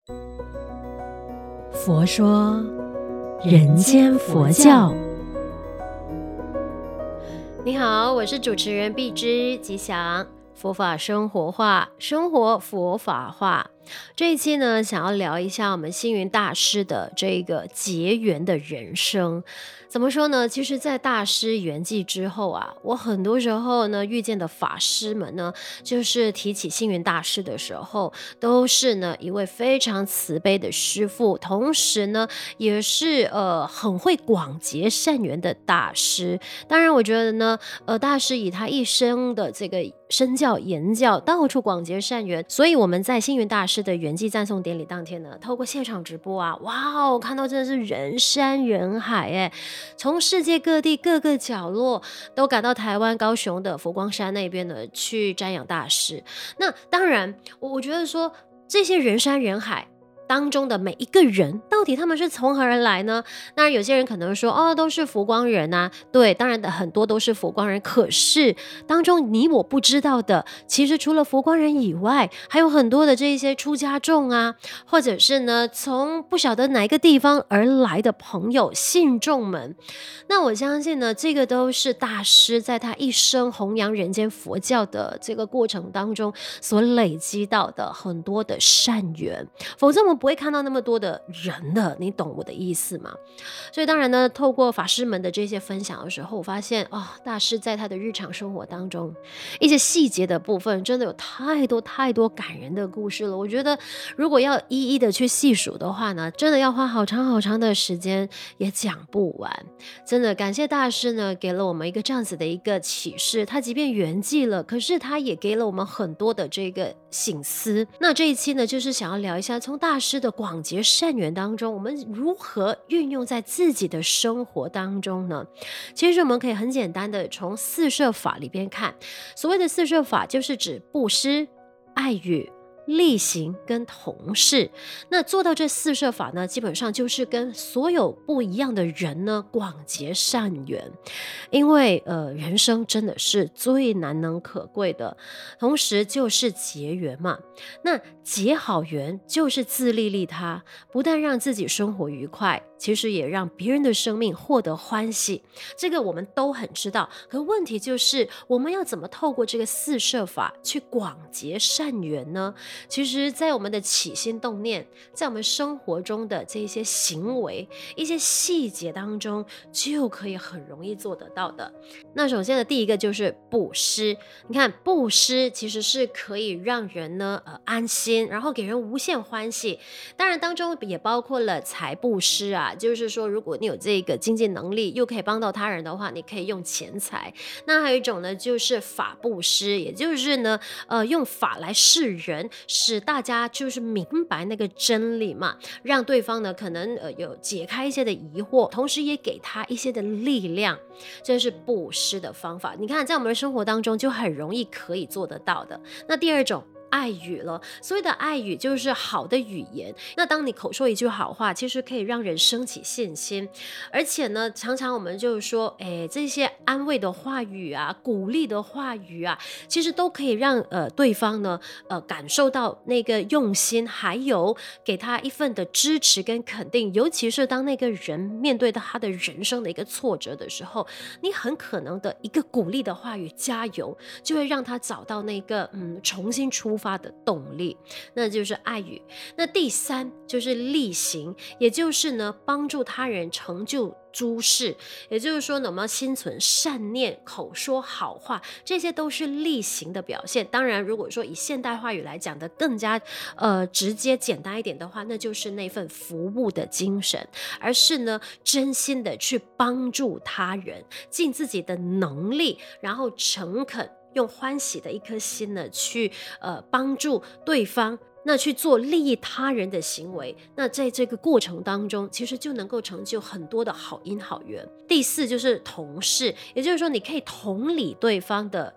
佛说人间佛教。你好，我是主持人碧芝吉祥，佛法生活化，生活佛法化。这一期呢，想要聊一下我们星云大师的这个结缘的人生。怎么说呢？其实在大师圆寂之后啊，我很多时候呢遇见的法师们呢，就是提起星云大师的时候，都是呢一位非常慈悲的师父，同时呢也是很会广结善缘的大师。当然我觉得呢大师以他一生的这个身教言教，到处广结善缘，所以我们在星云大师的圆寂赞颂典礼当天呢，透过现场直播啊，哇哦，看到真的是人山人海哎，从世界各地各个角落都赶到台湾高雄的佛光山那边呢去瞻仰大师。那当然我觉得说这些人山人海当中的每一个人，到底他们是从何而来呢？当然有些人可能说哦，都是佛光人啊，对，当然的很多都是佛光人，可是当中你我不知道的，其实除了佛光人以外，还有很多的这些出家众啊，或者是呢从不晓得哪一个地方而来的朋友信众们。那我相信呢，这个都是大师在他一生弘扬人间佛教的这个过程当中所累积到的很多的善缘，否则我们不会看到那么多的人的，你懂我的意思吗？所以当然呢，透过法师们的这些分享的时候，我发现大师在他的日常生活当中一些细节的部分，真的有太多太多感人的故事了。我觉得如果要一一的去细数的话呢，真的要花好长好长的时间也讲不完。真的感谢大师呢，给了我们一个这样子的一个启示。他即便圆寂了，可是他也给了我们很多的这个省思。那这一期呢，就是想要聊一下从大师的广结善缘当中，我们如何运用在自己的生活当中呢？其实我们可以很简单的从四摄法里边看，所谓的四摄法就是指布施、爱语、力行跟同事。那做到这四摄法呢，基本上就是跟所有不一样的人呢广结善缘。因为人生真的是最难能可贵的，同时就是结缘嘛。那结好缘就是自利利他，不但让自己生活愉快，其实也让别人的生命获得欢喜。这个我们都很知道，可问题就是我们要怎么透过这个四摄法去广结善缘呢？其实在我们的起心动念，在我们生活中的这些行为一些细节当中，就可以很容易做得到的。那首先的第一个就是布施。你看布施其实是可以让人呢安心，然后给人无限欢喜。当然当中也包括了财布施啊，就是说如果你有这个经济能力又可以帮到他人的话，你可以用钱财。那还有一种呢就是法布施，也就是呢用法来示人，使大家就是明白那个真理嘛，让对方呢可能有解开一些的疑惑，同时也给他一些的力量。这是布施的方法，你看在我们的生活当中就很容易可以做得到的。那第二种爱语了，所谓的爱语就是好的语言。那当你口说一句好话，其实可以让人升起信心。而且呢，常常我们就是说这些安慰的话语啊，鼓励的话语啊，其实都可以让对方呢感受到那个用心，还有给他一份的支持跟肯定。尤其是当那个人面对到他的人生的一个挫折的时候，你很可能的一个鼓励的话语，加油，就会让他找到那个重新出发的动力，那就是爱语。那第三就是力行，也就是呢帮助他人成就诸事，也就是说呢我们要心存善念，口说好话，这些都是力行的表现。当然如果说以现代话语来讲的更加直接简单一点的话，那就是那份服务的精神，而是呢真心的去帮助他人，尽自己的能力，然后诚恳用欢喜的一颗心呢去帮助对方，那去做利益他人的行为。那在这个过程当中，其实就能够成就很多的好因好缘。第四就是同事，也就是说你可以同理对方的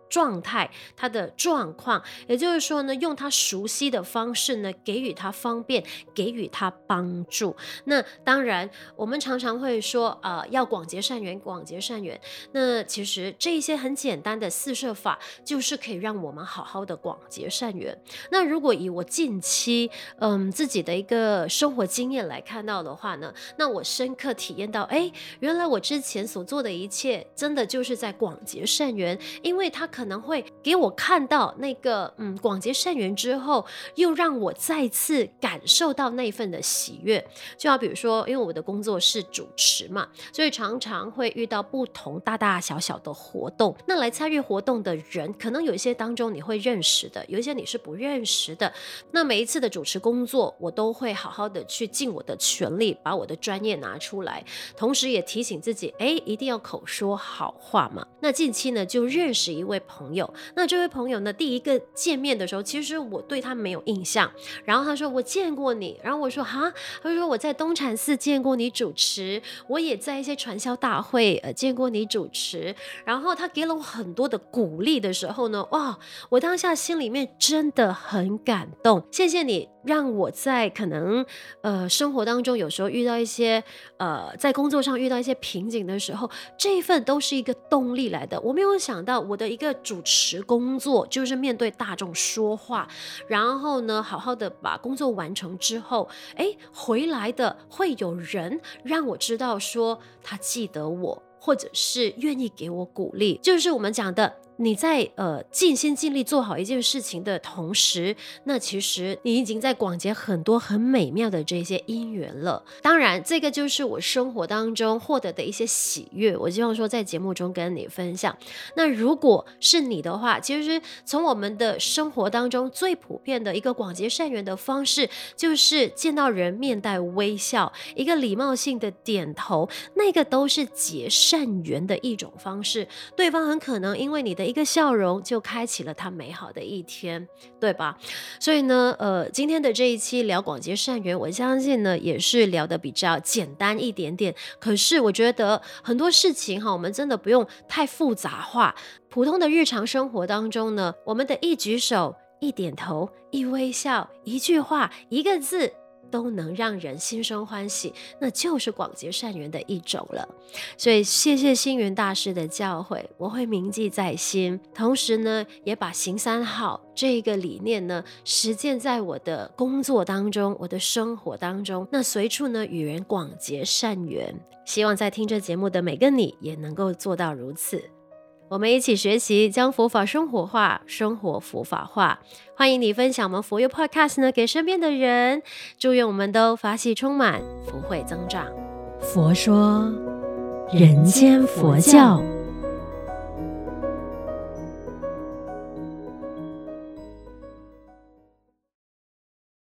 状态、他的状况，也就是说呢，用他熟悉的方式呢，给予他方便，给予他帮助。那当然，我们常常会说，要广结善缘，广结善缘。那其实这一些很简单的四摄法，就是可以让我们好好的广结善缘。那如果以我近期自己的一个生活经验来看到的话呢，那我深刻体验到，原来我之前所做的一切，真的就是在广结善缘，因为他可能会给我看到那个广结善缘之后，又让我再次感受到那份的喜悦。就好比如说，因为我的工作是主持嘛，所以常常会遇到不同大大小小的活动。那来参与活动的人，可能有一些当中你会认识的，有一些你是不认识的。那每一次的主持工作，我都会好好的去尽我的全力，把我的专业拿出来，同时也提醒自己，一定要口说好话嘛。那近期呢，就认识一位朋友。那这位朋友呢，第一个见面的时候，其实我对他没有印象。然后他说我见过你，然后我说哈，他说我在东禅寺见过你主持，我也在一些传销大会见过你主持。然后他给了我很多的鼓励的时候呢，哇，我当下心里面真的很感动。谢谢你让我在可能生活当中有时候遇到一些在工作上遇到一些瓶颈的时候，这一份都是一个动力来的。我没有想到我的一个主持工作就是面对大众说话，然后呢好好的把工作完成之后，回来的会有人让我知道说他记得我，或者是愿意给我鼓励。就是我们讲的，你在尽心尽力做好一件事情的同时，那其实你已经在广结很多很美妙的这些因缘了。当然这个就是我生活当中获得的一些喜悦，我希望说在节目中跟你分享。那如果是你的话，其实从我们的生活当中最普遍的一个广结善缘的方式，就是见到人面带微笑，一个礼貌性的点头，那个都是结善缘的一种方式。对方很可能因为你的一个笑容就开启了他美好的一天，对吧？所以呢今天的这一期聊广结善缘，我相信呢也是聊得比较简单一点点，可是我觉得很多事情我们真的不用太复杂化。普通的日常生活当中呢，我们的一举手、一点头、一微笑、一句话、一个字都能让人心生欢喜，那就是广结善缘的一种了。所以谢谢星云大师的教诲，我会铭记在心，同时呢也把行三好这个理念呢实践在我的工作当中，我的生活当中，那随处呢与人广结善缘。希望在听这节目的每个你也能够做到如此。我们一起学习，将佛法生活化，生活佛法化。欢迎你分享我们佛佑 Podcast 呢给身边的人，祝愿我们都法喜充满，福慧增长。 佛说人间佛教。